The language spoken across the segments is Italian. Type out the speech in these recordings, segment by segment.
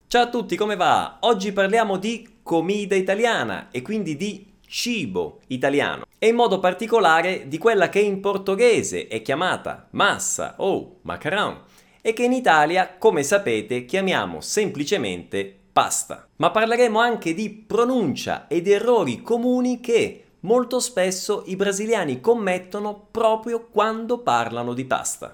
Ciao a tutti, come va? Oggi parliamo di comida italiana e quindi di cibo italiano e in modo particolare di quella che in portoghese è chiamata massa o macarrão e che in Italia, come sapete, chiamiamo semplicemente pasta. Ma parleremo anche di pronuncia ed errori comuni che molto spesso i brasiliani commettono proprio quando parlano di pasta.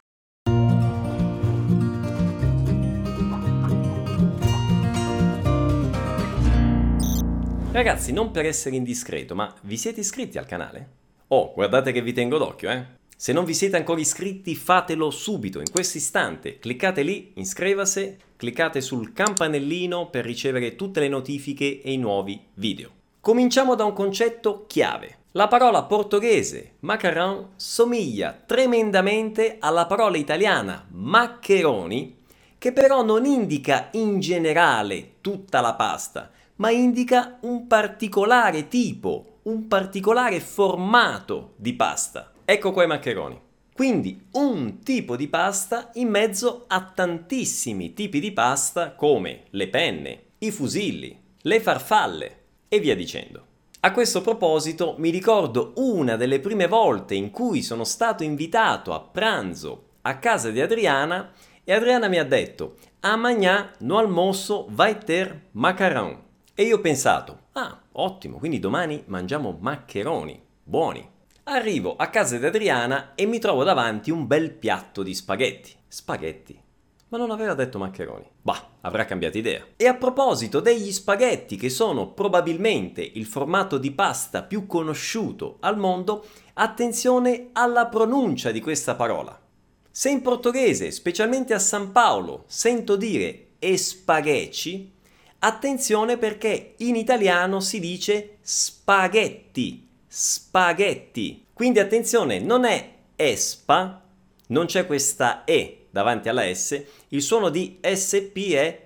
Ragazzi, non per essere indiscreto, ma vi siete iscritti al canale? Oh, guardate che vi tengo d'occhio, eh! Se non vi siete ancora iscritti, fatelo subito, in questo istante. Cliccate lì, iscrivasi, cliccate sul campanellino per ricevere tutte le notifiche e i nuovi video. Cominciamo da un concetto chiave. La parola portoghese macarrão somiglia tremendamente alla parola italiana maccheroni, che però non indica in generale tutta la pasta, ma indica un particolare tipo, un particolare formato di pasta. Ecco qua i maccheroni. Quindi un tipo di pasta in mezzo a tantissimi tipi di pasta come le penne, i fusilli, le farfalle e via dicendo. A questo proposito mi ricordo una delle prime volte in cui sono stato invitato a pranzo a casa di Adriana e Adriana mi ha detto «Amanhã no almoço vai ter macarrão». E io ho pensato, ottimo, quindi domani mangiamo maccheroni, buoni. Arrivo a casa di Adriana e mi trovo davanti un bel piatto di spaghetti. Spaghetti? Ma non aveva detto maccheroni. Bah, avrà cambiato idea. E a proposito degli spaghetti, che sono probabilmente il formato di pasta più conosciuto al mondo, attenzione alla pronuncia di questa parola. Se in portoghese, specialmente a San Paolo, sento dire spaghetti, attenzione perché in italiano si dice spaghetti, spaghetti. Quindi attenzione, non è espa, non c'è questa E davanti alla S, il suono di SP è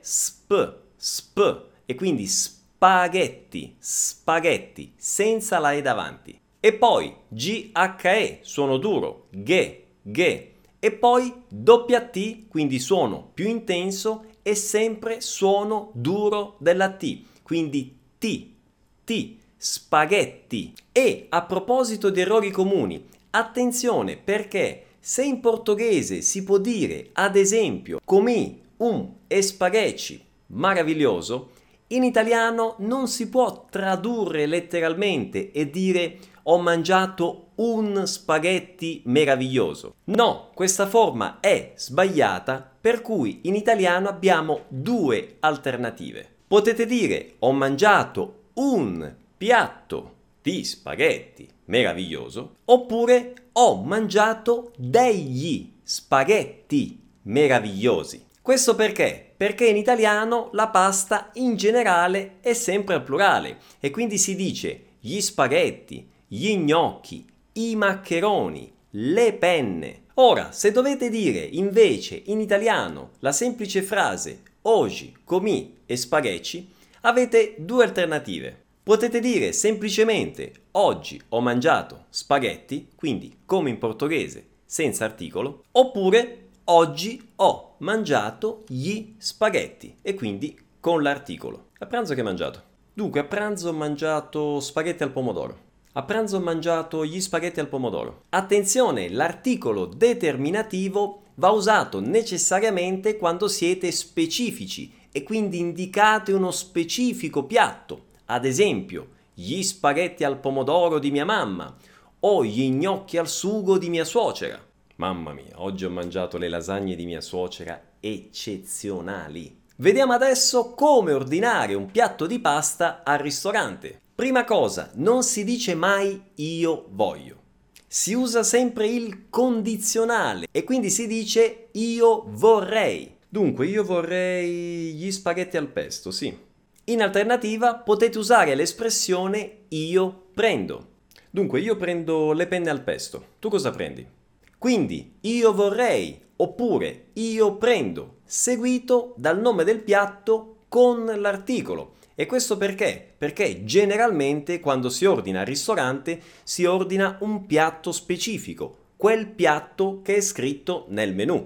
sp, e quindi spaghetti, spaghetti, senza la E davanti. E poi GHE, suono duro, ge, e poi WT, quindi suono più intenso, e sempre suono duro della T, quindi T, spaghetti. E a proposito di errori comuni, attenzione perché se in portoghese si può dire ad esempio comi un spaghetti meraviglioso, in italiano non si può tradurre letteralmente e dire ho mangiato un spaghetti meraviglioso. No, questa forma è sbagliata, per cui in italiano abbiamo due alternative. Potete dire ho mangiato un piatto di spaghetti meraviglioso, oppure ho mangiato degli spaghetti meravigliosi. Questo perché? Perché in italiano la pasta in generale è sempre al plurale e quindi si dice gli spaghetti, gli gnocchi, i maccheroni, le penne. Ora, se dovete dire invece in italiano la semplice frase oggi comì e spaghetti, avete due alternative. Potete dire semplicemente oggi ho mangiato spaghetti, quindi come in portoghese senza articolo, oppure oggi ho mangiato gli spaghetti e quindi con l'articolo. A pranzo che hai mangiato? Dunque, a pranzo ho mangiato spaghetti al pomodoro. A pranzo ho mangiato gli spaghetti al pomodoro. Attenzione, l'articolo determinativo va usato necessariamente quando siete specifici e quindi indicate uno specifico piatto. Ad esempio, gli spaghetti al pomodoro di mia mamma o gli gnocchi al sugo di mia suocera. Mamma mia, oggi ho mangiato le lasagne di mia suocera eccezionali. Vediamo adesso come ordinare un piatto di pasta al ristorante. Prima cosa, non si dice mai io voglio. Si usa sempre il condizionale e quindi si dice io vorrei. Dunque, io vorrei gli spaghetti al pesto, sì. In alternativa potete usare l'espressione io prendo. Dunque, io prendo le penne al pesto. Tu cosa prendi? Quindi io vorrei oppure io prendo, seguito dal nome del piatto con l'articolo. E questo perché? Perché generalmente quando si ordina al ristorante si ordina un piatto specifico, quel piatto che è scritto nel menù.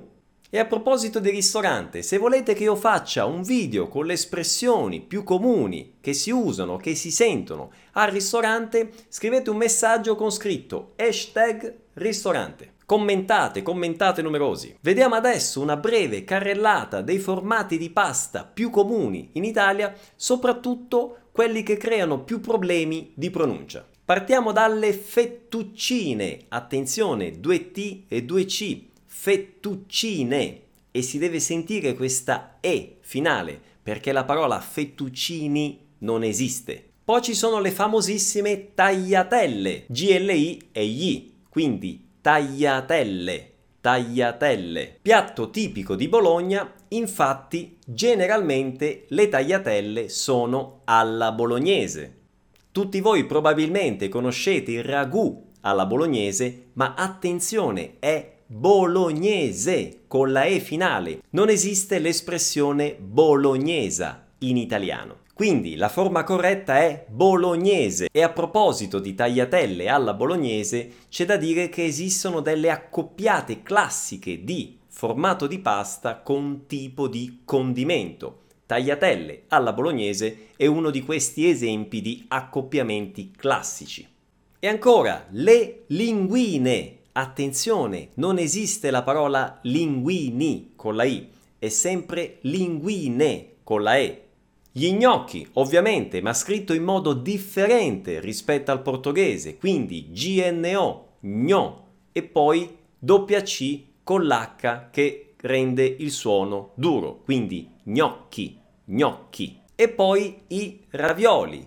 E a proposito di ristorante, se volete che io faccia un video con le espressioni più comuni che si usano, che si sentono al ristorante, scrivete un messaggio con scritto #ristorante. Commentate numerosi. Vediamo adesso una breve carrellata dei formati di pasta più comuni in Italia, soprattutto quelli che creano più problemi di pronuncia. Partiamo dalle fettuccine, attenzione, 2T e 2C, fettuccine, e si deve sentire questa E finale, perché la parola fettuccini non esiste. Poi ci sono le famosissime tagliatelle, GLI e I, quindi tagliatelle, tagliatelle. Piatto tipico di Bologna, infatti generalmente le tagliatelle sono alla bolognese. Tutti voi probabilmente conoscete il ragù alla bolognese, ma attenzione, è bolognese con la E finale. Non esiste l'espressione bolognesa in italiano. Quindi la forma corretta è bolognese. E a proposito di tagliatelle alla bolognese, c'è da dire che esistono delle accoppiate classiche di formato di pasta con tipo di condimento. Tagliatelle alla bolognese è uno di questi esempi di accoppiamenti classici. E ancora, le linguine. Attenzione, non esiste la parola linguini con la I, è sempre linguine con la E. Gli gnocchi, ovviamente, ma scritto in modo differente rispetto al portoghese, quindi GNO, gno, e poi doppia C con l'H che rende il suono duro, quindi gnocchi, gnocchi. E poi i ravioli,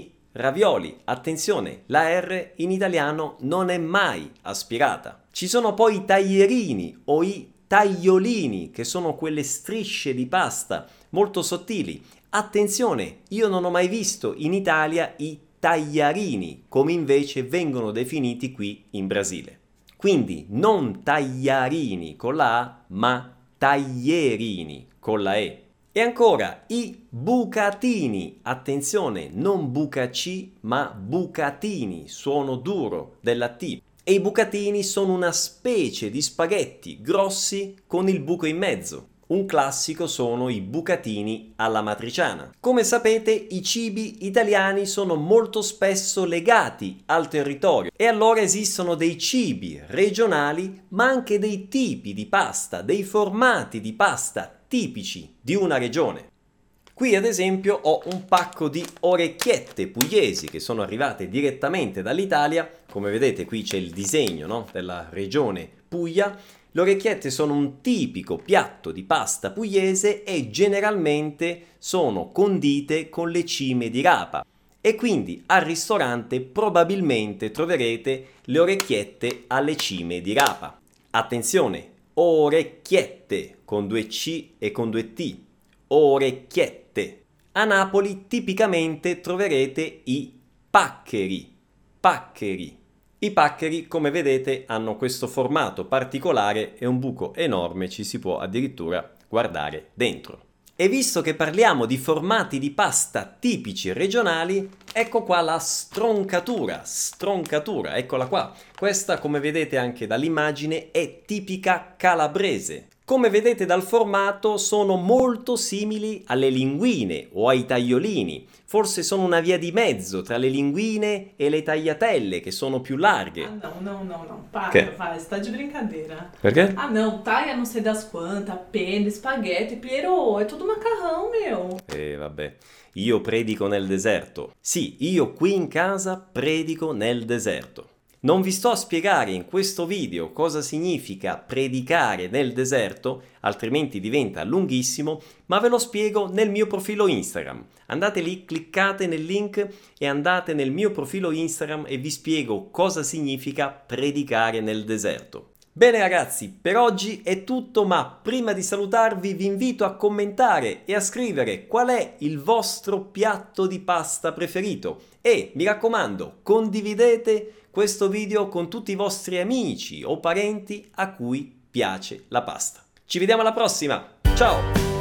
attenzione, la R in italiano non è mai aspirata. Ci sono poi i taglierini o i tagliolini, che sono quelle strisce di pasta molto sottili. Attenzione, io non ho mai visto in Italia i tagliarini, come invece vengono definiti qui in Brasile. Quindi non tagliarini con la A, ma taglierini con la E. E ancora i bucatini, attenzione, non bucaci ma bucatini, suono duro della T. E i bucatini sono una specie di spaghetti grossi con il buco in mezzo. Un classico sono i bucatini alla matriciana. Come sapete, i cibi italiani sono molto spesso legati al territorio e allora esistono dei cibi regionali, ma anche dei tipi di pasta, dei formati di pasta tipici di una regione. Qui ad esempio ho un pacco di orecchiette pugliesi che sono arrivate direttamente dall'Italia. Come vedete qui c'è il disegno, no? Della regione Puglia. Le orecchiette sono un tipico piatto di pasta pugliese e generalmente sono condite con le cime di rapa. E quindi al ristorante probabilmente troverete le orecchiette alle cime di rapa. Attenzione, orecchiette con 2C e con 2T. Orecchiette. A Napoli tipicamente troverete i paccheri. Paccheri. I paccheri, come vedete, hanno questo formato particolare e un buco enorme, ci si può addirittura guardare dentro. E visto che parliamo di formati di pasta tipici regionali, ecco qua la stroncatura, eccola qua. Questa, come vedete anche dall'immagine, è tipica calabrese. Come vedete dal formato sono molto simili alle linguine o ai tagliolini, forse sono una via di mezzo tra le linguine e le tagliatelle che sono più larghe. Ah, não, para, Che? vai, você tá de brincadeira. Perché? Ah, não, taia não sei das quantas, penne, spaghetti, Piero, è tutto macarrão, meu. Vabbè, io predico nel deserto. Sì, io qui in casa predico nel deserto. Non vi sto a spiegare in questo video cosa significa predicare nel deserto, altrimenti diventa lunghissimo, ma ve lo spiego nel mio profilo Instagram. Andate lì, cliccate nel link e andate nel mio profilo Instagram e vi spiego cosa significa predicare nel deserto. Bene ragazzi, per oggi è tutto, ma prima di salutarvi vi invito a commentare e a scrivere qual è il vostro piatto di pasta preferito e mi raccomando, condividete questo video con tutti i vostri amici o parenti a cui piace la pasta. Ci vediamo alla prossima, ciao!